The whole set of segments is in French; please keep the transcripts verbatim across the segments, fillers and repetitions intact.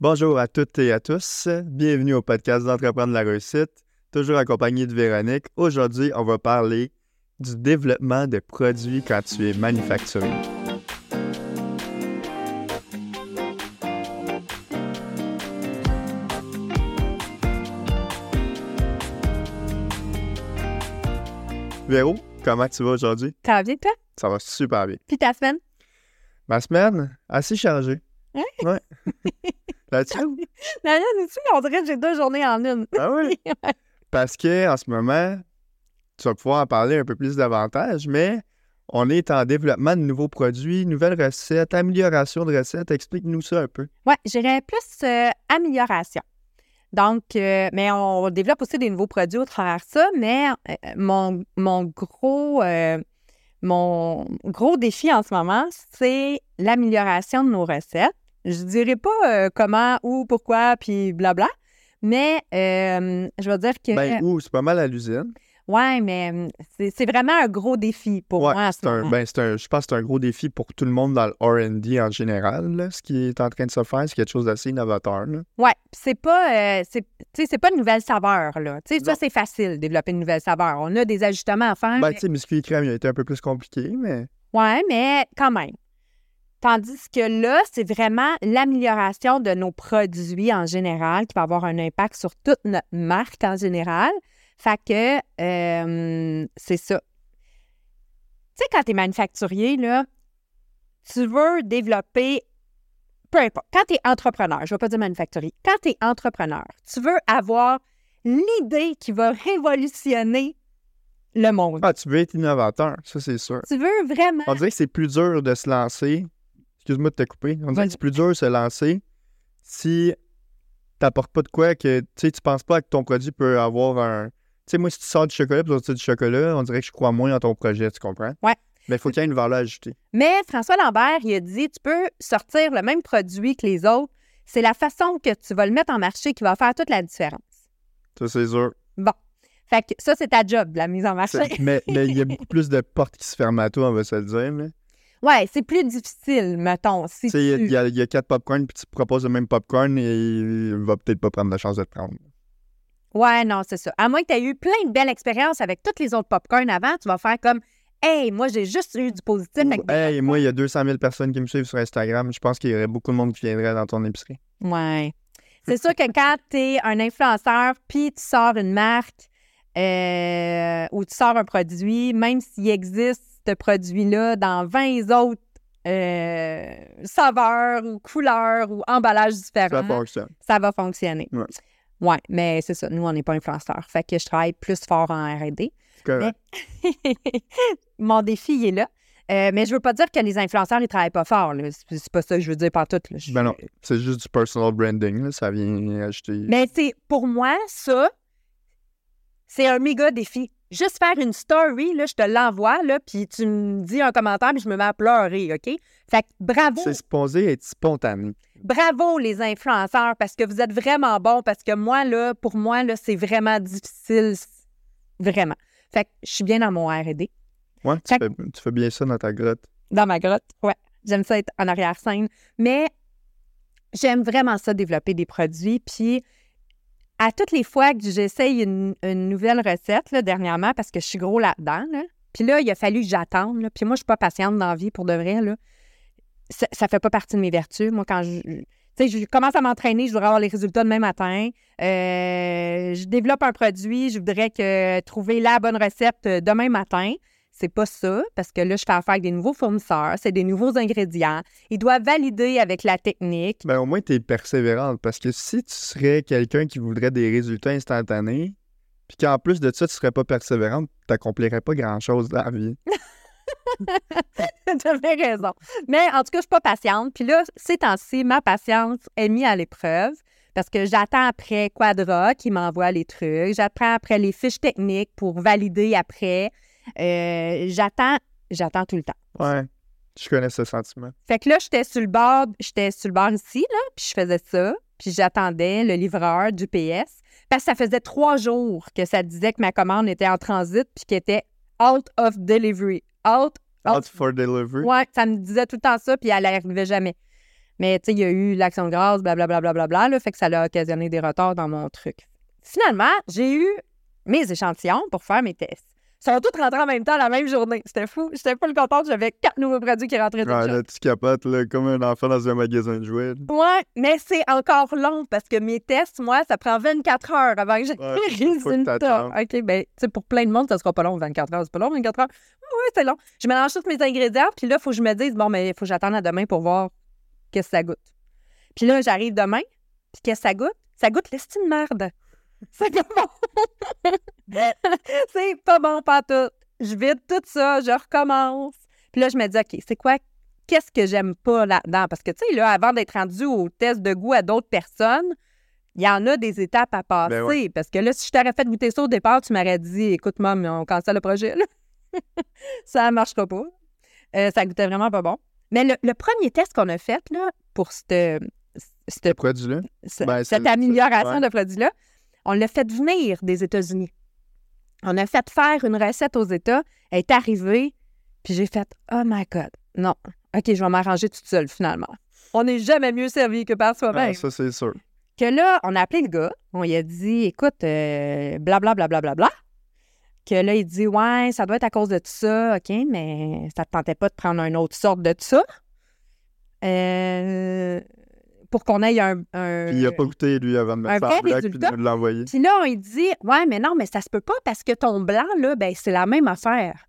Bonjour à toutes et à tous. Bienvenue au podcast d'Entreprendre la réussite, toujours accompagné de Véronique. Aujourd'hui, on va parler du développement de produits quand tu es manufacturier. Véro, comment tu vas aujourd'hui? Ça va bien, toi? Ça va super bien. Puis ta semaine? Ma semaine, assez chargée. Hein? Ouais. Là-dessus? Non, non, c'est sûr, on dirait que j'ai deux journées en une. Ah oui? Parce que en ce moment, tu vas pouvoir en parler un peu plus davantage, mais on est en développement de nouveaux produits, nouvelles recettes, amélioration de recettes. Explique-nous ça un peu. Oui, j'irais plus euh, amélioration. Donc, euh, mais on développe aussi des nouveaux produits au travers de ça, mais euh, mon, mon gros euh, mon gros défi en ce moment, c'est l'amélioration de nos recettes. Je dirais pas euh, comment, où, pourquoi, puis blabla, mais euh, je vais dire que... Ben, où? C'est pas mal à l'usine. Oui, mais c'est, c'est vraiment un gros défi pour Ouais, moi en ce c'est un, moment. ben, c'est un, je pense que c'est un gros défi pour tout le monde dans le R and D en général, là, ce qui est en train de se faire. C'est quelque chose d'assez innovateur. Là. Oui, c'est pas, euh, c'est, tu sais, c'est pas une nouvelle saveur, là. Tu sais, ça, Non. c'est facile, développer une nouvelle saveur. On a des ajustements à faire. Ben, mais... tu sais, biscuit crème, il a été un peu plus compliqué, mais... Oui, mais quand même. Tandis que là, c'est vraiment l'amélioration de nos produits en général qui va avoir un impact sur toute notre marque en général. Fait que euh, c'est ça. Tu sais, quand tu es manufacturier, là, tu veux développer, peu importe, quand tu es entrepreneur, je ne vais pas dire manufacturier, quand tu es entrepreneur, tu veux avoir l'idée qui va révolutionner le monde. Ah, tu veux être innovateur, ça c'est sûr. Tu veux vraiment... On dirait que c'est plus dur de se lancer. Excuse-moi de te couper. On dirait que c'est plus dur de se lancer si tu n'apportes pas de quoi que tu sais, tu penses pas que ton produit peut avoir un. Tu sais, moi, si tu sors du chocolat pour sortir du chocolat, on dirait que je crois moins dans ton projet, tu comprends? Ouais. Mais il faut qu'il y ait une valeur ajoutée. Mais François Lambert, il a dit, tu peux sortir le même produit que les autres. C'est la façon que tu vas le mettre en marché qui va faire toute la différence. Ça, c'est sûr. Bon. Fait que ça, c'est ta job, la mise en marché. C'est- mais mais il y a beaucoup plus de portes qui se ferment à toi, on va se le dire. Là. Ouais, c'est plus difficile, mettons. Si Tu sais, il y a- tu... il y, a- il y a quatre popcorn, puis tu proposes le même popcorn et il va peut-être pas prendre la chance de te prendre. Ouais, non, c'est ça. À moins que tu aies eu plein de belles expériences avec toutes les autres popcorn avant, tu vas faire comme « Hey, moi, j'ai juste eu du positif avec Ou, des hey, popcorn. moi, il y a deux cent mille personnes qui me suivent sur Instagram. Je pense qu'il y aurait beaucoup de monde qui viendrait dans ton épicerie. Ouais. C'est sûr que quand tu es un influenceur puis tu sors une marque euh, ou tu sors un produit, même s'il existe ce produit-là dans vingt autres euh, saveurs ou couleurs ou emballages différents, Ça fonctionne. ça va fonctionner. Ouais. Ouais, mais c'est ça. Nous, on n'est pas influenceurs. Fait que je travaille plus fort en R and D. C'est correct. Mais mon défi, il est là. Euh, mais je veux pas dire que les influenceurs, ils travaillent pas fort. Là. C'est, c'est pas ça que je veux dire partout. Là. Je- Ben non, c'est juste du personal branding. Là. Ça vient ajouter. Mais c'est pour moi, ça, c'est un méga défi. Juste faire une story, là, je te l'envoie, là, puis tu me dis un commentaire, puis je me mets à pleurer, OK? Fait que bravo, C'est supposé être spontané. bravo les influenceurs, parce que vous êtes vraiment bons, parce que moi, là, pour moi, là, c'est vraiment difficile, vraiment. Fait que je suis bien dans mon R and D. Ouais, tu Fait- fais, tu fais bien ça dans ta grotte. Dans ma grotte, ouais. J'aime ça être en arrière-scène. Mais j'aime vraiment ça, développer des produits. Puis, à toutes les fois que j'essaye une, une nouvelle recette, là, dernièrement, parce que je suis gros là-dedans, là, puis là, il a fallu que j'attende. Là, puis moi, je suis pas patiente dans la vie, pour de vrai. Là. Ça, ça fait pas partie de mes vertus. Moi, quand je... Tu sais, je commence à m'entraîner, je voudrais avoir les résultats demain matin. Euh, je développe un produit, je voudrais que trouver la bonne recette euh, demain matin. C'est pas ça, parce que là, je fais affaire avec des nouveaux fournisseurs, c'est des nouveaux ingrédients. Ils doivent valider avec la technique. Ben au moins, tu es persévérante. Parce que si tu serais quelqu'un qui voudrait des résultats instantanés, puis qu'en plus de ça, tu serais pas persévérante, tu n'accomplirais pas grand-chose dans la vie. Tu avais raison. Mais en tout cas, je suis pas patiente. Puis là, ces temps-ci, ma patience est mise à l'épreuve parce que j'attends après Quadra qui m'envoie les trucs. J'attends après les fiches techniques pour valider après. Euh, j'attends, j'attends tout le temps. Ouais, je connais ce sentiment. Fait que là, j'étais sur le bord, j'étais sur le bord ici, là, puis je faisais ça. Puis j'attendais le livreur du P S. Parce que ça faisait trois jours que ça disait que ma commande était en transit puis qu'elle était out of delivery. Out, Out for delivery. Ouais, ça me disait tout le temps ça, puis elle n'arrivait jamais. Mais tu sais, il y a eu l'action de grâce, blablabla, bla, bla, bla, là, fait que ça a occasionné des retards dans mon truc. Finalement, j'ai eu mes échantillons pour faire mes tests. Ils sont tous rentrés en même temps la même journée. C'était fou. J'étais pas le contente. J'avais quatre nouveaux produits qui rentraient Ouais, là, tu capotes, là, comme un enfant dans un magasin de jouets. Ouais, mais c'est encore long parce que mes tests, moi, ça prend vingt-quatre heures avant que j'ai Ouais, les résultats. OK, ben, tu sais, pour plein de monde, ça sera pas long, vingt-quatre heures. C'est pas long, vingt-quatre heures? Oui, c'est long. Je mélange tous mes ingrédients, puis là, il faut que je me dise, bon, mais il faut que j'attende à demain pour voir qu'est-ce que ça goûte. Puis là, j'arrive demain, puis qu'est-ce que ça goûte? Ça goûte l'estime merde. C'est pas bon. C'est pas bon, pas tout. Je vide tout ça, je recommence. Puis là, je me dis, OK, c'est quoi? Qu'est-ce que j'aime pas là-dedans? Parce que, tu sais, là, avant d'être rendu au test de goût à d'autres personnes, il y en a des étapes à passer. Ben ouais. Parce que là, si je t'aurais fait goûter ça au départ, tu m'aurais dit, écoute, maman, on cancelle le projet, là. Ça ne marchera pas. Euh, ça goûtait vraiment pas bon. Mais le, le premier test qu'on a fait, là, pour cette, cette, Produit-là? ce- Ben, cette c'est- amélioration ouais. de produit-là, on l'a fait venir des États-Unis. On a fait faire une recette aux États. Elle est arrivée, puis j'ai fait « Oh my God! Non. OK, je vais m'arranger toute seule, finalement. » On n'est jamais mieux servi que par soi-même. Ah, ça, c'est sûr. Que là, on a appelé le gars. On lui a dit « Écoute, euh, blablabla, bla, bla, bla, bla. » Que là, il dit « Ouais, ça doit être à cause de tout ça. OK, mais ça te tentait pas de prendre une autre sorte de ça? Euh... » Pour qu'on ait un... un... Puis il a pas goûté, lui, avant de un mettre ça vrai en black puis résultat. de nous l'envoyer. Puis là, on lui dit « Ouais, mais non, mais ça se peut pas parce que ton blanc, là, ben c'est la même affaire.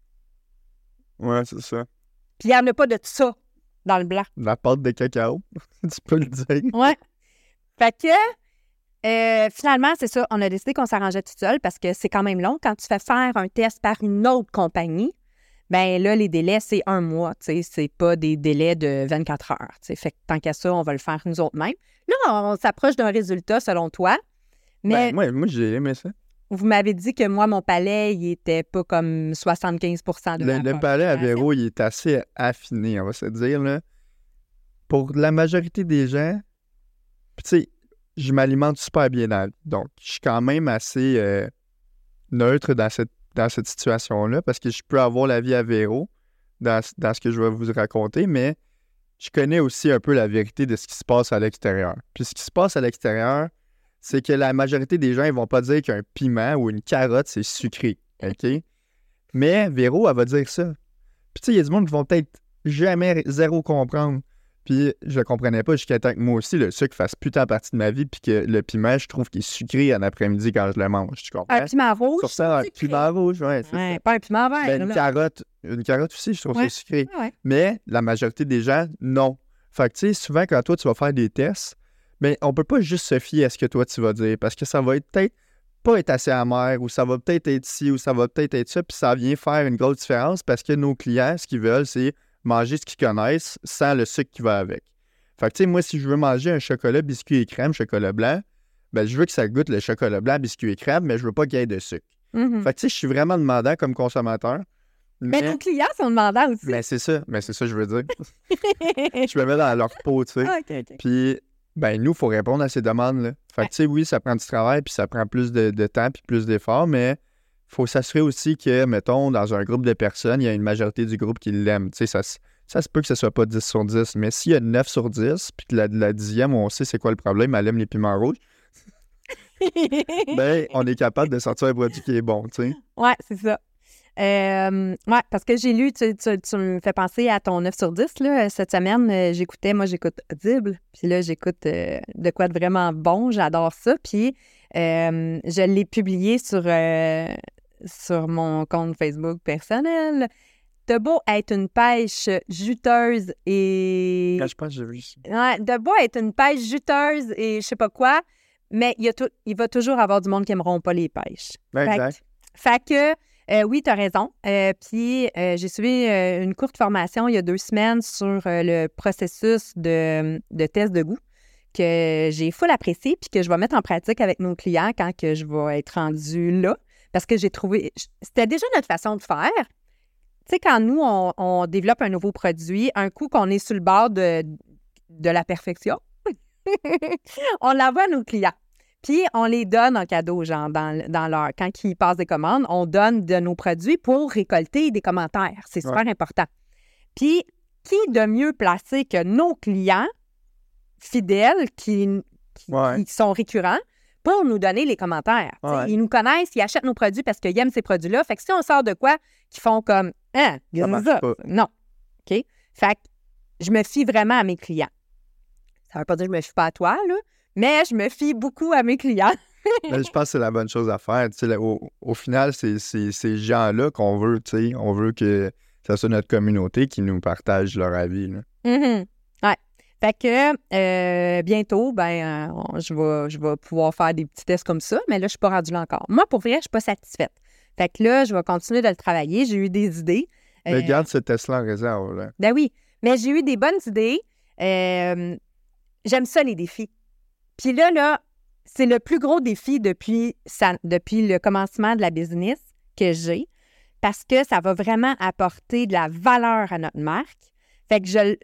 Ouais, c'est ça. Puis il n'y en a pas de ça dans le blanc. La pâte de cacao, tu peux le dire. » Ouais. Fait que, euh, finalement, c'est ça, on a décidé qu'on s'arrangeait tout seul parce que c'est quand même long. Quand tu fais faire un test par une autre compagnie, ben là, les délais, c'est un mois, tu sais, c'est pas des délais de vingt-quatre heures, tu sais. Fait que tant qu'à ça, on va le faire nous autres mêmes. Là, on s'approche d'un résultat selon toi, mais Ben, moi, moi j'ai aimé ça. vous m'avez dit que moi, mon palais, il était pas comme soixante-quinze pour cent de Le, la le palais à population. Véro, il est assez affiné, on va se dire, là. Pour la majorité des gens, puis tu sais, je m'alimente super bien dans, donc je suis quand même assez euh, neutre dans cette, dans cette situation-là parce que je peux avoir l'avis à Véro dans, dans ce que je vais vous raconter, mais je connais aussi un peu la vérité de ce qui se passe à l'extérieur. Puis ce qui se passe à l'extérieur, c'est que la majorité des gens, ils vont pas dire qu'un piment ou une carotte, c'est sucré, OK? Mais Véro, elle va dire ça. Puis tu sais, il y a du monde qui vont peut-être jamais zéro comprendre. Puis je comprenais pas jusqu'à temps que moi aussi, le sucre fasse putain partie de ma vie, puis que le piment, je trouve qu'il est sucré en après-midi quand je le mange, tu comprends? Un piment rouge, Sur ça, un sucré. piment rouge, ouais, c'est Ouais, ça. pas un piment vert. Ben, une là. carotte, une carotte aussi, je trouve Ouais. ça sucré. Ouais. Mais la majorité des gens, non. Fait que, tu sais, souvent, quand toi, tu vas faire des tests, mais on peut pas juste se fier à ce que toi, tu vas dire, parce que ça va être peut-être pas être assez amer, ou ça va peut-être être ci, ou ça va peut-être être ça, puis ça vient faire une grosse différence, parce que nos clients, ce qu'ils veulent, c'est manger ce qu'ils connaissent sans le sucre qui va avec. Fait que, tu sais, moi, si je veux manger un chocolat, biscuit et crème, chocolat blanc, ben, je veux que ça goûte le chocolat blanc, biscuit et crème, mais je veux pas qu'il y ait de sucre. Mhm. Fait que, tu sais, je suis vraiment demandant comme consommateur. Mais Mais, nos clients sont demandants aussi. mais c'est ça, mais c'est ça que je veux dire. Je me mets dans leur peau, tu sais. OK, OK. Puis, ben, nous, il faut répondre à ces demandes-là. Fait que, tu sais, oui, ça prend du travail, puis ça prend plus de, de temps, puis plus d'efforts, mais il faut s'assurer aussi que, mettons, dans un groupe de personnes, il y a une majorité du groupe qui l'aime. Tu sais, ça, se- ça se peut que ce soit pas dix sur dix, mais s'il y a neuf sur dix, puis que la, la dixième, on sait c'est quoi le problème, elle aime les piments rouges, ben, on est capable de sortir un produit qui est bon, tu sais. Ouais, c'est ça. Euh, ouais, parce que j'ai lu, tu, tu, tu me fais penser à ton neuf sur dix, là. Cette semaine, euh, j'écoutais, moi, j'écoute Audible, puis là, j'écoute euh, de quoi de vraiment bon, j'adore ça, puis euh, je l'ai publié sur, euh, sur mon compte Facebook personnel. T'as beau être une pêche juteuse et... Quand je pense que j'ai vu ça. Ouais, de beau être une pêche juteuse et je sais pas quoi, mais il, y a tout, il va toujours avoir du monde qui n'aimeront pas les pêches. Ben, Fait exact. que- Fait que, euh, oui, tu as raison. Euh, Puis, euh, j'ai suivi euh, une courte formation il y a deux semaines sur euh, le processus de, de test de goût que j'ai full apprécié puis que je vais mettre en pratique avec nos clients quand que je vais être rendue là. Parce que j'ai trouvé... C'était déjà notre façon de faire. Tu sais, quand nous, on, on développe un nouveau produit, un coup qu'on est sur le bord de, de la perfection, on l'envoie à nos clients. Puis, on les donne en cadeau, genre, dans, dans leur... Quand ils passent des commandes, on donne de nos produits pour récolter des commentaires. C'est super important. Puis, qui de mieux placé que nos clients fidèles qui, qui, Ouais. qui sont récurrents pour nous donner les commentaires. Tu sais, Ouais. Ils nous connaissent, ils achètent nos produits parce qu'ils aiment ces produits-là. Fait que si on sort de quoi qui font comme « Ah, Ça marche ça. pas. » Non. OK? Fait que je me fie vraiment à mes clients. Ça veut pas dire que je me fie pas à toi, là, mais je me fie beaucoup à mes clients. Mais je pense que c'est la bonne chose à faire. Tu sais, là, au, au final, c'est c'est ces gens-là qu'on veut, tu sais. On veut que ça soit notre communauté qui nous partage leur avis, là. Mhm. Ouais. Fait que euh, bientôt, ben, euh, on- je vais, je vais pouvoir faire des petits tests comme ça, mais là, je suis pas rendue là encore. Moi, pour vrai, je suis pas satisfaite. Fait que là, je vais continuer de le travailler. J'ai eu des idées. Mais Euh, garde ce test-là en réserve, là. Ben oui, mais j'ai eu des bonnes idées. Euh, j'aime ça, les défis. Puis là, là, c'est le plus gros défi depuis, ça, depuis le commencement de la business que j'ai parce que ça va vraiment apporter de la valeur à notre marque. Fait que je...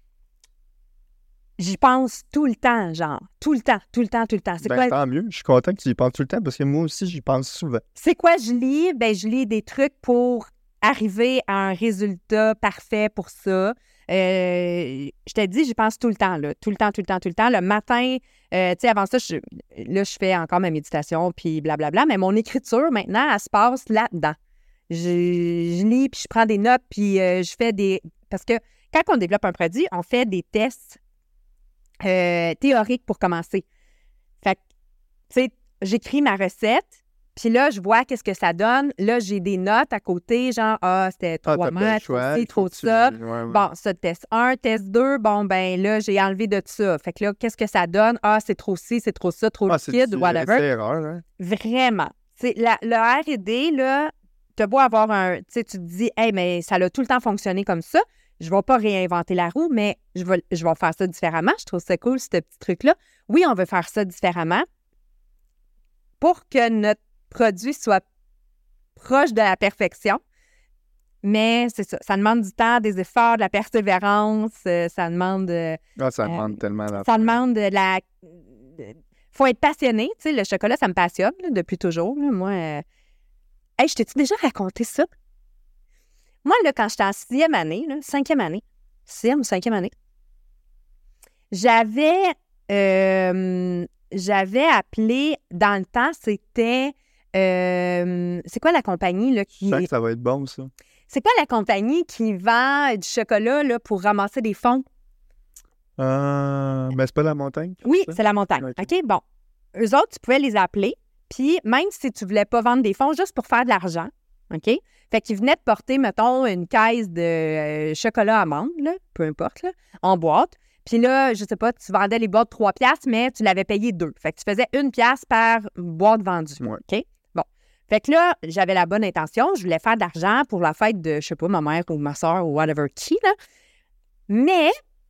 J'y pense tout le temps, genre. Tout le temps, tout le temps, tout le temps. C'est Ben, quoi, tant mieux. Je suis content que tu y penses tout le temps parce que moi aussi, j'y pense souvent. c'est quoi je lis? Ben, je lis des trucs pour arriver à un résultat parfait pour ça. Euh, je te dis, j'y pense tout le temps, là. Tout le temps, tout le temps, tout le temps. Le matin, euh, tu sais, avant ça, je, là, je fais encore ma méditation, puis blablabla, mais mon écriture, maintenant, elle se passe là-dedans. Je, je lis, puis je prends des notes, puis euh, je fais des... Parce que quand on développe un produit, on fait des tests euh, théoriques pour commencer. Fait que, tu sais, j'écris ma recette, puis là, je vois qu'est-ce que ça donne. Là, j'ai des notes à côté, genre, ah, c'était Ah, trois t'as pas le mois, trop choix, ci, il faut trop que tu- ça. ouais, ouais. Bon, ça, test un, test deux, bon, ben là, j'ai enlevé de ça. Fait que là, qu'est-ce que ça donne? Ah, c'est trop ci, c'est trop ça, trop Ah, c'est liquide, c'est- whatever. c'est erreur, hein? Vraiment. C'est la, le R et D, là, t'as beau avoir un... Tu sais, tu te dis, hey, mais ça a tout le temps fonctionné comme ça. Je vais pas réinventer la roue, mais je vais, je vais faire ça différemment. Je trouve ça cool, ce petit truc-là. Oui, on veut faire ça différemment pour que notre produit soit proche de la perfection. Mais c'est ça. Ça demande du temps, des efforts, de la persévérance. euh, ça demande... euh, Ah, ça Euh, demande tellement d'affaires. ça demande de la... de- faut être passionné. Tu sais, le chocolat, ça me passionne là, depuis toujours. là. Moi, euh... hey, je t'ai-tu déjà raconté ça? Moi, là, quand j'étais en sixième année, là, cinquième année, sixième ou cinquième année, j'avais... euh, j'avais appelé... Dans le temps, c'était... euh, c'est quoi la compagnie, là, Je qui... sens que ça va être bon, ça. C'est quoi la compagnie qui vend du chocolat, là, pour ramasser des fonds? Euh, mais c'est pas la montagne? Oui, ça? c'est la montagne. Ok. OK, bon. Eux autres, tu pouvais les appeler, puis même si tu voulais pas vendre des fonds, juste pour faire de l'argent, OK? Fait qu'ils venaient te porter, mettons, une caisse de euh, chocolat amande, là, peu importe, là, en boîte. Puis là, je sais pas, tu vendais les boîtes trois piastres, mais tu l'avais payé deux. Fait que tu faisais une pièce par boîte vendue, Ouais. OK? Bon. Fait que là, j'avais la bonne intention. Je voulais faire de l'argent pour la fête de, je sais pas, ma mère ou ma soeur ou whatever qui, là. Mais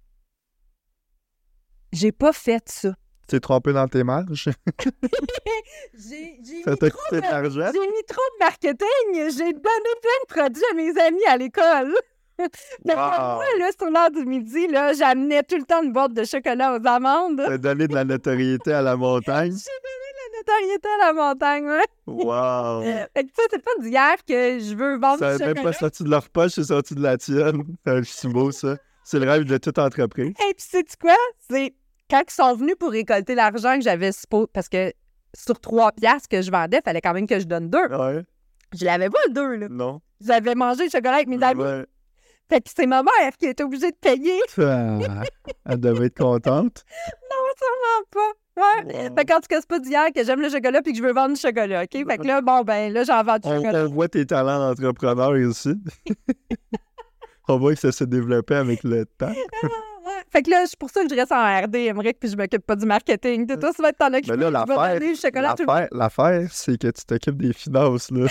j'ai pas fait ça. Tu t'es trompé dans tes marges? J'ai j'ai Ça mis, t'a trop coûté de l'argent? j'ai mis trop de marketing. J'ai donné plein de produits à mes amis à l'école. Fait que Wow. moi, là, sur l'heure du midi, là, j'amenais tout le temps une boîte de chocolat aux amandes. T'as donné de la notoriété à la montagne? La notoriété à la montagne, ouais. Wow! Fait que ça, c'est pas d'hier que je veux vendre Ça du n'est même chocolat. pas sorti de leur poche, c'est sorti de la tienne. C'est beau, ça. C'est le rêve de toute entreprise. Et puis, sais-tu quoi? C'est quand ils sont venus pour récolter l'argent que j'avais supposé... Parce que sur trois piastres que je vendais, il fallait quand même que je donne deux. Ouais? Je l'avais pas, le deux, là. Non? J'avais mangé le chocolat avec mes amis. Ouais. Fait que c'est ma mère qui était obligée de payer. Ah, elle devait être contente. Non, sûrement pas. Ouais. Wow. Fait qu'en tout cas, c'est pas d'hier que j'aime le chocolat puis que je veux vendre du chocolat, OK? Fait que là, bon, ben là, j'en vends du On, chocolat. on voit tes talents d'entrepreneur ici. On voit que ça s'est développé avec le temps. Ouais. Fait que là, c'est pour ça que je reste en R D, Émeric, puis je m'occupe pas du marketing. Toi, ça va être t'en occuper. Mais là, Je vais l'affaire, donner le chocolat à tout le l'affaire, l'affaire, c'est que tu t'occupes des finances, là.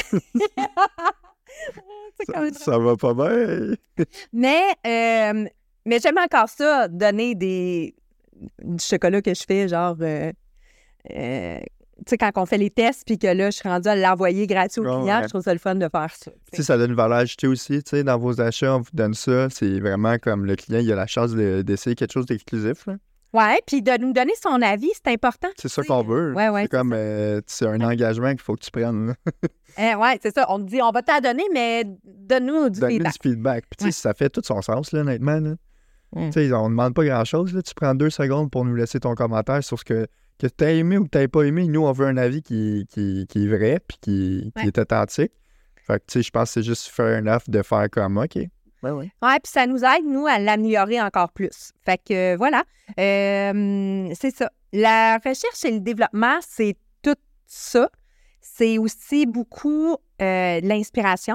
C'est quand Ça, même ça va pas bien. Mais, euh, mais j'aime encore ça, donner des, du chocolat que je fais, genre, euh, euh, tu sais, quand on fait les tests, puis que là, je suis rendue à l'envoyer gratuit aux Ouais, clients, ouais. je trouve ça le fun de faire ça. Tu sais, ça donne une valeur ajoutée aussi. Tu sais, dans vos achats, on vous donne ça. C'est vraiment comme le client, il a la chance de- d'essayer quelque chose d'exclusif, là. Ouais, puis de nous donner son avis, c'est important. C'est ça tu sais. qu'on veut. Ouais, ouais, c'est c'est comme, ça. euh, c'est un engagement qu'il faut que tu prennes, là. Eh, ouais, c'est ça. On te dit, on va t'en donner, mais donne-nous du Donner feedback. du feedback. Puis tu sais, Ouais. ça fait tout son sens, là, honnêtement, là. Mm. Tu sais, on ne demande pas grand-chose. Là. Tu prends deux secondes pour nous laisser ton commentaire sur ce que, que tu as aimé ou que tu n'as pas aimé. Nous, on veut un avis qui, qui, qui est vrai puis qui, Ouais. qui est authentique. Fait que, tu sais, je pense que c'est juste fair enough de faire comme, OK. Oui, oui. Oui, puis ça nous aide, nous, à l'améliorer encore plus. Fait que, euh, voilà. Euh, c'est ça. La recherche et le développement, c'est tout ça. C'est aussi beaucoup euh, l'inspiration.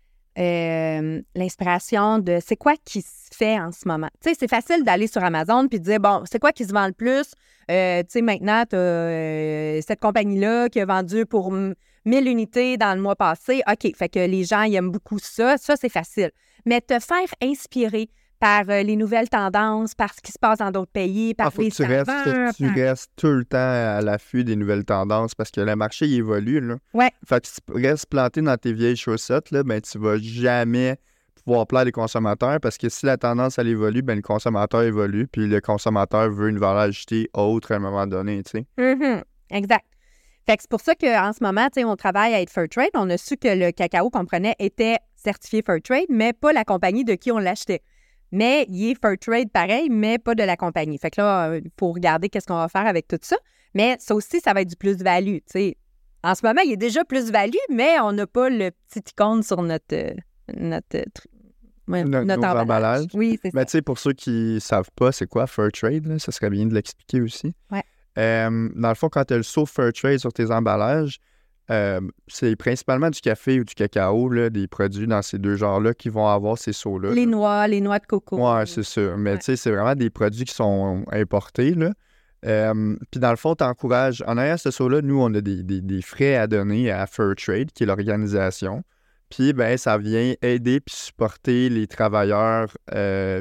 Euh, l'inspiration de c'est quoi qui se fait en ce moment. Tu sais, c'est facile d'aller sur Amazon puis de dire, bon, c'est quoi qui se vend le plus? Euh, tu sais, maintenant, tu as euh, cette compagnie-là qui a vendu pour mille unités dans le mois passé. OK, fait que les gens, ils aiment beaucoup ça. Ça, c'est facile. Mais te faire inspirer par euh, les nouvelles tendances, par ce qui se passe dans d'autres pays, par Ah, faut les que tu restes, faut saveurs, que tu par- restes tout le temps à l'affût des nouvelles tendances parce que le marché, il évolue, là. Ouais. Fait que si tu restes planté dans tes vieilles chaussettes, là, ben, tu vas jamais pouvoir plaire les consommateurs parce que si la tendance, elle évolue, ben, le consommateur évolue puis le consommateur veut une valeur ajoutée autre à un moment donné, tu sais. Mhm. Exact. Fait que c'est pour ça qu'en ce moment, tu sais, on travaille à être Fairtrade. On a su que le cacao qu'on prenait était certifié Fairtrade, mais pas la compagnie de qui on l'achetait. Mais il est Fairtrade pareil, mais pas de la compagnie. Fait que là, il faut regarder qu'est-ce qu'on va faire avec tout ça. Mais ça aussi, ça va être du plus-value, tu sais. En ce moment, il est déjà plus-value, mais on n'a pas le petit icône sur notre, euh, notre, euh, tr- ouais, Nos- notre nos emballage. emballages. Oui, c'est Mais ça. tu sais, pour ceux qui savent pas c'est quoi Fairtrade, là, ça serait bien de l'expliquer aussi. Ouais. Euh, dans le fond, quand tu as le sceau Fairtrade sur tes emballages, euh, c'est principalement du café ou du cacao, là, des produits dans ces deux genres-là qui vont avoir ces sceaux-là. Les là. noix, les noix de coco. Ouais, c'est sûr. Mais Ouais. tu sais, c'est vraiment des produits qui sont importés, là. Euh, Puis dans le fond, tu encourages. En arrière de ce saut-là, nous, on a des, des, des frais à donner à Fairtrade, qui est l'organisation. Puis, ben, ça vient aider puis supporter les travailleurs. euh,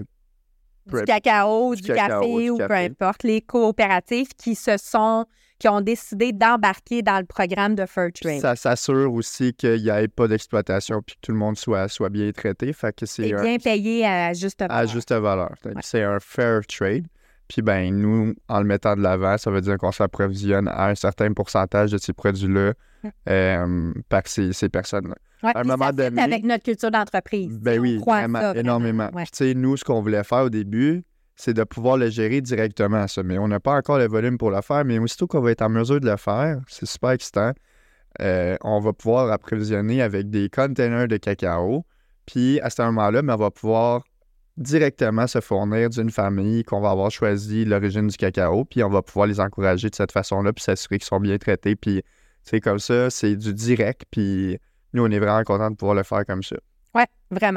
Du peu- cacao, du du, cacao, café du ou peu café. importe, les coopératives qui se sont, qui ont décidé d'embarquer dans le programme de Puis Fairtrade. ça s'assure aussi qu'il n'y ait pas d'exploitation puis que tout le monde soit, soit bien traité. Fait que c'est Et un- bien payé à juste à valeur. juste valeur. Donc, Ouais. c'est un fair trade. Puis, ben, nous, en le mettant de l'avant, ça veut dire qu'on s'approvisionne à un certain pourcentage de ces produits-là Mm. euh, par ces, ces personnes-là. Ouais, à un puis moment ça fit donné- avec notre culture d'entreprise. Ben On oui, croit à vraiment, ça, énormément. ouais. Puis, tu sais, nous, ce qu'on voulait faire au début, c'est de pouvoir le gérer directement, ça. Mais on n'a pas encore le volume pour le faire. Mais aussitôt qu'on va être en mesure de le faire, c'est super excitant. Euh, on va pouvoir approvisionner avec des containers de cacao. Puis, à ce moment-là, ben, on va pouvoir directement se fournir d'une famille qu'on va avoir choisi l'origine du cacao. Puis, on va pouvoir les encourager de cette façon-là, puis s'assurer qu'ils sont bien traités. Puis, c'est comme ça, c'est du direct. Puis, nous, on est vraiment contents de pouvoir le faire comme ça. Oui, vraiment.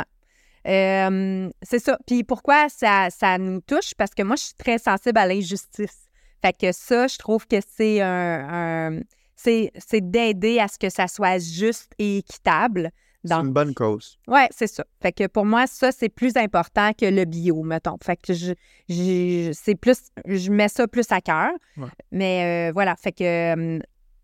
Euh, c'est ça. Puis pourquoi ça, ça nous touche? Parce que moi, je suis très sensible à l'injustice. Fait que ça, je trouve que c'est un... un- c'est, c'est d'aider à ce que ça soit juste et équitable. C'est Dans... une bonne cause. Oui, c'est ça. Fait que pour moi, ça, c'est plus important que le bio, mettons. Fait que je, je- c'est plus... Je mets ça plus à cœur. Ouais. Mais euh, voilà, fait que...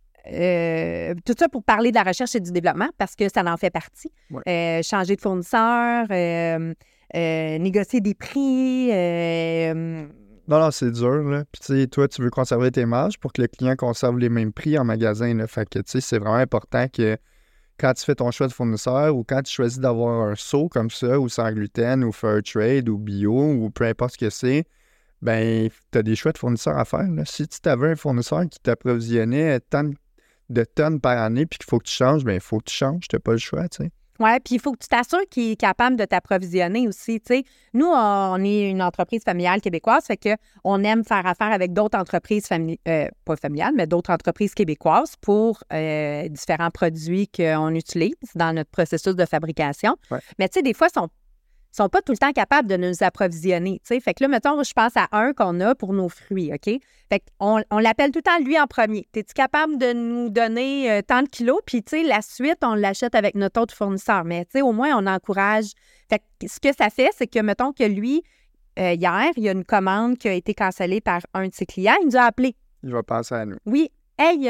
Euh, tout ça pour parler de la recherche et du développement parce que ça en fait partie. Ouais. Euh, changer de fournisseur, euh, euh, négocier des prix. euh, Non, non, c'est dur, là. Puis, tu sais, toi, tu veux conserver tes marges pour que le client conserve les mêmes prix en magasin, là. Fait que, tu sais, c'est vraiment important que quand tu fais ton choix de fournisseur ou quand tu choisis d'avoir un seau comme ça, ou sans gluten, ou fair trade, ou bio, ou peu importe ce que c'est, ben, tu as des choix de fournisseurs à faire, là. Si tu t'avais un fournisseur qui t'approvisionnait tant de de tonnes par année, puis qu'il faut que tu changes, bien, il faut que tu changes. Tu n'as pas le choix, tu sais. Oui, puis il faut que tu t'assures qu'il est capable de t'approvisionner aussi, tu sais. Nous, on est une entreprise familiale québécoise, fait qu'on aime faire affaire avec d'autres entreprises, fami- euh, pas familiales, mais d'autres entreprises québécoises pour euh, différents produits qu'on utilise dans notre processus de fabrication. Ouais. Mais tu sais, des fois, ils sont sont pas tout le temps capables de nous approvisionner, tu sais. Fait que là, mettons, je pense à un qu'on a pour nos fruits, OK? Fait qu'on on l'appelle tout le temps lui en premier. Es-tu capable de nous donner euh, tant de kilos? Puis, tu sais, la suite, on l'achète avec notre autre fournisseur. Mais, tu sais, au moins, on encourage. Fait que ce que ça fait, c'est que, mettons que lui, euh, hier, il y a une commande qui a été cancellée par un de ses clients. Il nous a appelé. Je vais penser à nous. Oui. Hey,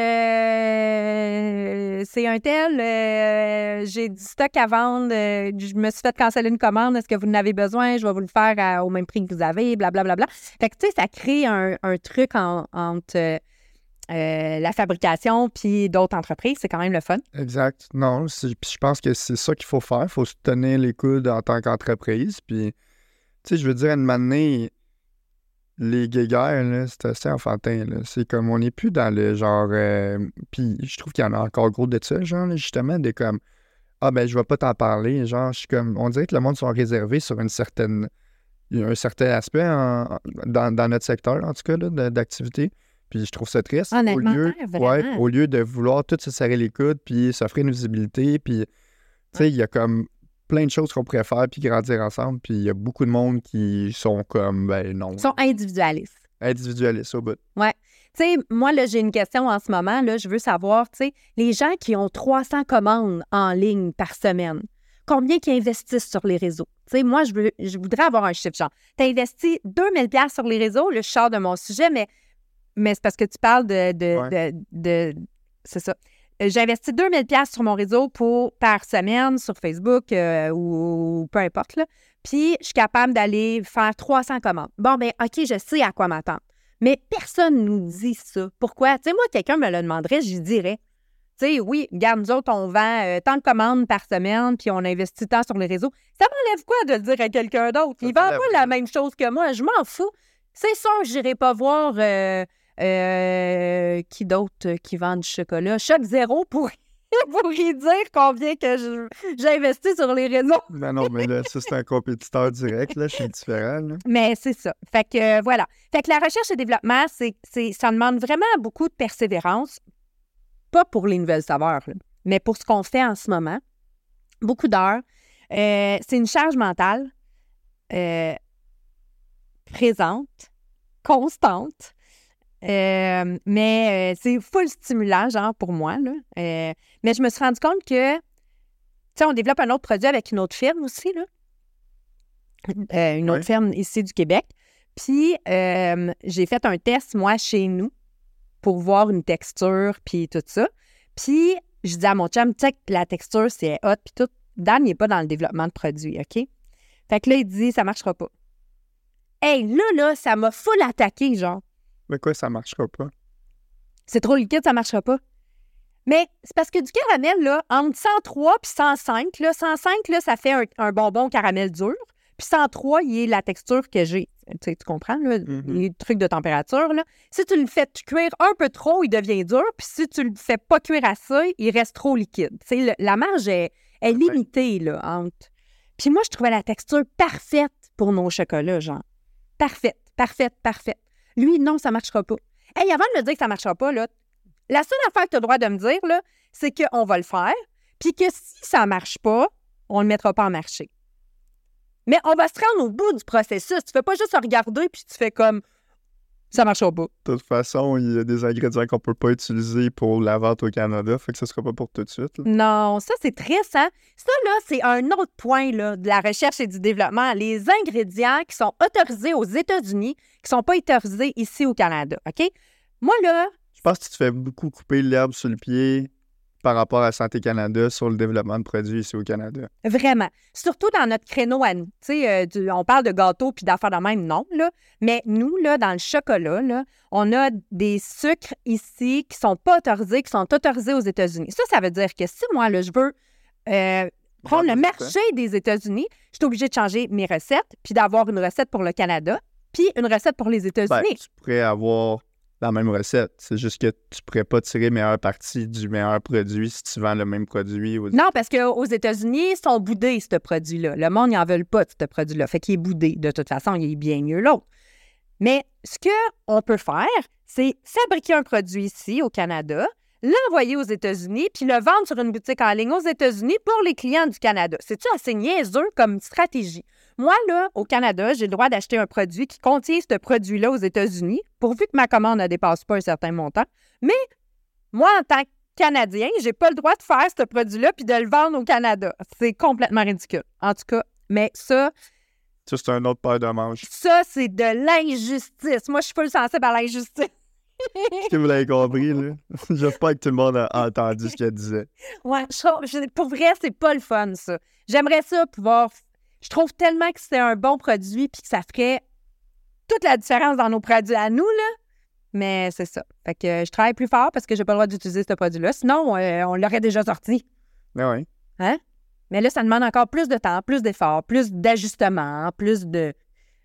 euh, c'est un tel, euh, j'ai du stock à vendre, euh, je me suis fait canceller une commande, est-ce que vous en avez besoin? Je vais vous le faire à- au même prix que vous avez, blablabla. Bla, bla, bla. Fait que, tu sais, ça crée un, un truc en- entre euh, euh, la fabrication puis d'autres entreprises. C'est quand même le fun. Exact. Non, c'est- puis je pense que c'est ça qu'il faut faire. Il faut se tenir les coudes en tant qu'entreprise. Puis, sais, je veux dire, à une manée, les guéguerres, là, c'est assez enfantin, là. C'est comme, on n'est plus dans le genre... euh, Puis je trouve qu'il y en a encore gros de ça, genre, là, justement, de comme... Ah, ben, je vais pas t'en parler. Genre, je suis comme... On dirait que le monde sont réservés sur une certaine... un certain aspect en- dans, dans notre secteur, en tout cas, là, de- d'activité. Puis je trouve ça triste. Au Honnêtement, lieu, vraiment. ouais, au lieu de vouloir tout se serrer les coudes, puis s'offrir une visibilité, puis, tu sais, il y a comme plein de choses qu'on pourrait faire, puis grandir ensemble, puis il y a beaucoup de monde qui sont comme, ben non, Ils sont individualistes. individualistes au bout. Ouais. Tu sais, moi, là, j'ai une question en ce moment. Là, je veux savoir, tu sais, les gens qui ont trois cents commandes en ligne par semaine, combien qui investissent sur les réseaux? Tu sais, moi, je, veux, je voudrais avoir un chiffre genre. Tu as investi deux mille dollars sur les réseaux, là, je sors de mon sujet, mais, mais c'est parce que tu parles de... de, Ouais. de, de- c'est ça. Euh, J'ai investi deux mille dollars sur mon réseau pour, par semaine sur Facebook euh, ou, ou peu importe, là. Puis, je suis capable d'aller faire trois cents commandes. Bon, ben OK, je sais à quoi m'attendre. Mais personne ne nous dit ça. Pourquoi? Tu sais, moi, quelqu'un me le demanderait, j'y dirais. Tu sais, oui, regarde, nous autres, on vend euh, tant de commandes par semaine, puis on investit tant sur les réseaux. Ça m'enlève quoi de le dire à quelqu'un d'autre? Ça Il vend t'enlève pas rien. la même chose que moi, je m'en fous. C'est sûr que je n'irai pas voir euh, euh, qui d'autre euh, qui vend du chocolat. Choc Zéro pour, pour y dire combien que je- j'ai investi sur les réseaux. Ben non, mais là, ça, c'est un compétiteur direct, là, je suis différent, là. Mais c'est ça. Fait que euh, voilà. Fait que la recherche et développement, c'est, c'est, ça demande vraiment beaucoup de persévérance. Pas pour les nouvelles saveurs, là, mais pour ce qu'on fait en ce moment. Beaucoup d'heures. Euh, c'est une charge mentale euh, présente, constante, euh, mais euh, c'est full stimulant, genre, pour moi. Là. Euh, mais je me suis rendu compte que, tu sais, on développe un autre produit avec une autre firme aussi, là. Euh, une autre Ouais. firme ici du Québec. Puis, euh, j'ai fait un test, moi, chez nous, pour voir une texture, puis tout ça. Puis, je dis à mon chum, tu sais, que la texture, c'est hot, puis tout. Dan, il n'est pas dans le développement de produits, OK? Fait que là, il dit, ça marchera pas. Hey, là, là, ça m'a full attaqué, genre. Mais quoi, ça marchera pas? C'est trop liquide, ça marchera pas. Mais c'est parce que du caramel, là, entre cent trois puis cent cinq, là, cent cinq, là, ça fait un, un bonbon caramel dur. Puis cent trois, il est la texture que j'ai. Tu sais, tu comprends, là? Mhm. Les trucs de température, là. Si tu le fais cuire un peu trop, il devient dur. Puis si tu le fais pas cuire assez, il reste trop liquide. Tu sais, le- la marge est, est limitée, là, entre. Puis moi, je trouvais la texture parfaite pour nos chocolats, genre. Parfaite, parfaite, parfaite. Lui, non, ça marchera pas. Hey, avant de me dire que ça marchera pas, là, la seule affaire que tu as le droit de me dire, là, c'est qu'on va le faire, puis que si ça marche pas, on le mettra pas en marché. Mais on va se rendre au bout du processus. Tu fais pas juste regarder puis tu fais comme ça marchera pas. De toute façon, il y a des ingrédients qu'on peut pas utiliser pour la vente au Canada, fait que ça sera pas pour tout de suite, là. Non, ça, c'est triste, hein? Ça, là, c'est un autre point là, de la recherche et du développement. Les ingrédients qui sont autorisés aux États-Unis, qui sont pas autorisés ici au Canada, OK? Moi, là, Je pense que tu te fais beaucoup couper l'herbe sur le pied par rapport à Santé Canada sur le développement de produits ici au Canada. vraiment. Surtout dans notre créneau à nous. Tu sais, euh, du- on parle de gâteaux puis d'affaires de même, non, là. Mais nous, là, dans le chocolat, là, on a des sucres ici qui sont pas autorisés, qui sont autorisés aux États-Unis. Ça, ça veut dire que si moi, là, je veux euh, prendre le Vendre des marché des États-Unis, je suis obligée de changer mes recettes puis d'avoir une recette pour le Canada puis une recette pour les Ben, États-Unis. tu pourrais avoir la même recette. C'est juste que tu pourrais pas tirer meilleure partie du meilleur produit si tu vends le même produit. Aux... Non, parce qu'aux États-Unis, ils sont boudés, ce produit-là. Le monde, ils n'en veulent pas de ce produit-là. Fait qu'il est boudé. De toute façon, il est bien mieux l'autre. Mais ce qu'on peut faire, c'est fabriquer un produit ici, au Canada, l'envoyer aux États-Unis, puis le vendre sur une boutique en ligne aux États-Unis pour les clients du Canada. C'est-tu assez niaiseux comme stratégie? Moi, là, au Canada, j'ai le droit d'acheter un produit qui contient ce produit-là aux États-Unis, pourvu que ma commande ne dépasse pas un certain montant. Mais moi, en tant que Canadien, j'ai pas le droit de faire ce produit-là puis de le vendre au Canada. C'est complètement ridicule. En tout cas, mais ça, Ça, c'est un autre paire de manches. ça, c'est de l'injustice. Moi, je suis pas sensible à l'injustice. Est-ce que vous l'avez compris, là? J'espère que tout le monde a entendu ce qu'elle disait. Ouais, je- je- pour vrai, c'est pas le fun, ça. J'aimerais ça pouvoir... Je trouve tellement que c'est un bon produit puis que ça ferait toute la différence dans nos produits à nous, là. Mais c'est ça. Fait que je travaille plus fort parce que j'ai pas le droit d'utiliser ce produit-là. Sinon, euh, on l'aurait déjà sorti. Mais oui. Hein? Mais là, ça demande encore plus de temps, plus d'efforts, plus d'ajustements, plus de...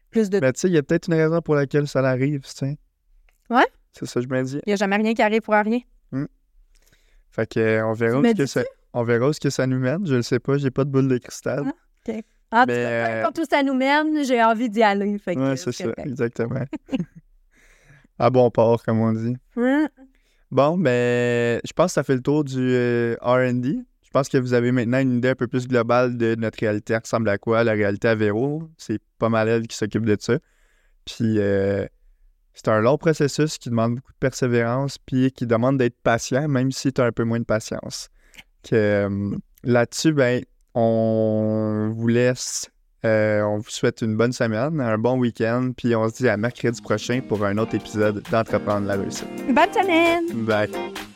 plus de... Mais tu sais, il y a peut-être une raison pour laquelle ça arrive, tu sais. Ouais? C'est ça que je me dis. Il n'y a jamais rien qui arrive pour rien. Mm. Fait que, euh, on verra où ce que ça, on verra où ce que ça nous mène. Je le sais pas, j'ai pas de boule de cristal. Ah, OK. En tout Mais, cas, peu euh, importe où ça nous mène, j'ai envie d'y aller. Fait que, Ouais, euh, c'est ça, correct. exactement. À bon port, comme on dit. Hum. Bon, ben, je pense que ça fait le tour du euh, R and D. Je pense que vous avez maintenant une idée un peu plus globale de notre réalité ressemble à quoi, la réalité à Véro. C'est pas mal elle qui s'occupe de ça. Puis, euh, c'est un long processus qui demande beaucoup de persévérance puis qui demande d'être patient, même si tu as un peu moins de patience. Que, euh, là-dessus, ben, on vous laisse, euh, on vous souhaite une bonne semaine, un bon week-end, puis on se dit à mercredi prochain pour un autre épisode d'Entreprendre la réussite. Bonne semaine! Bye!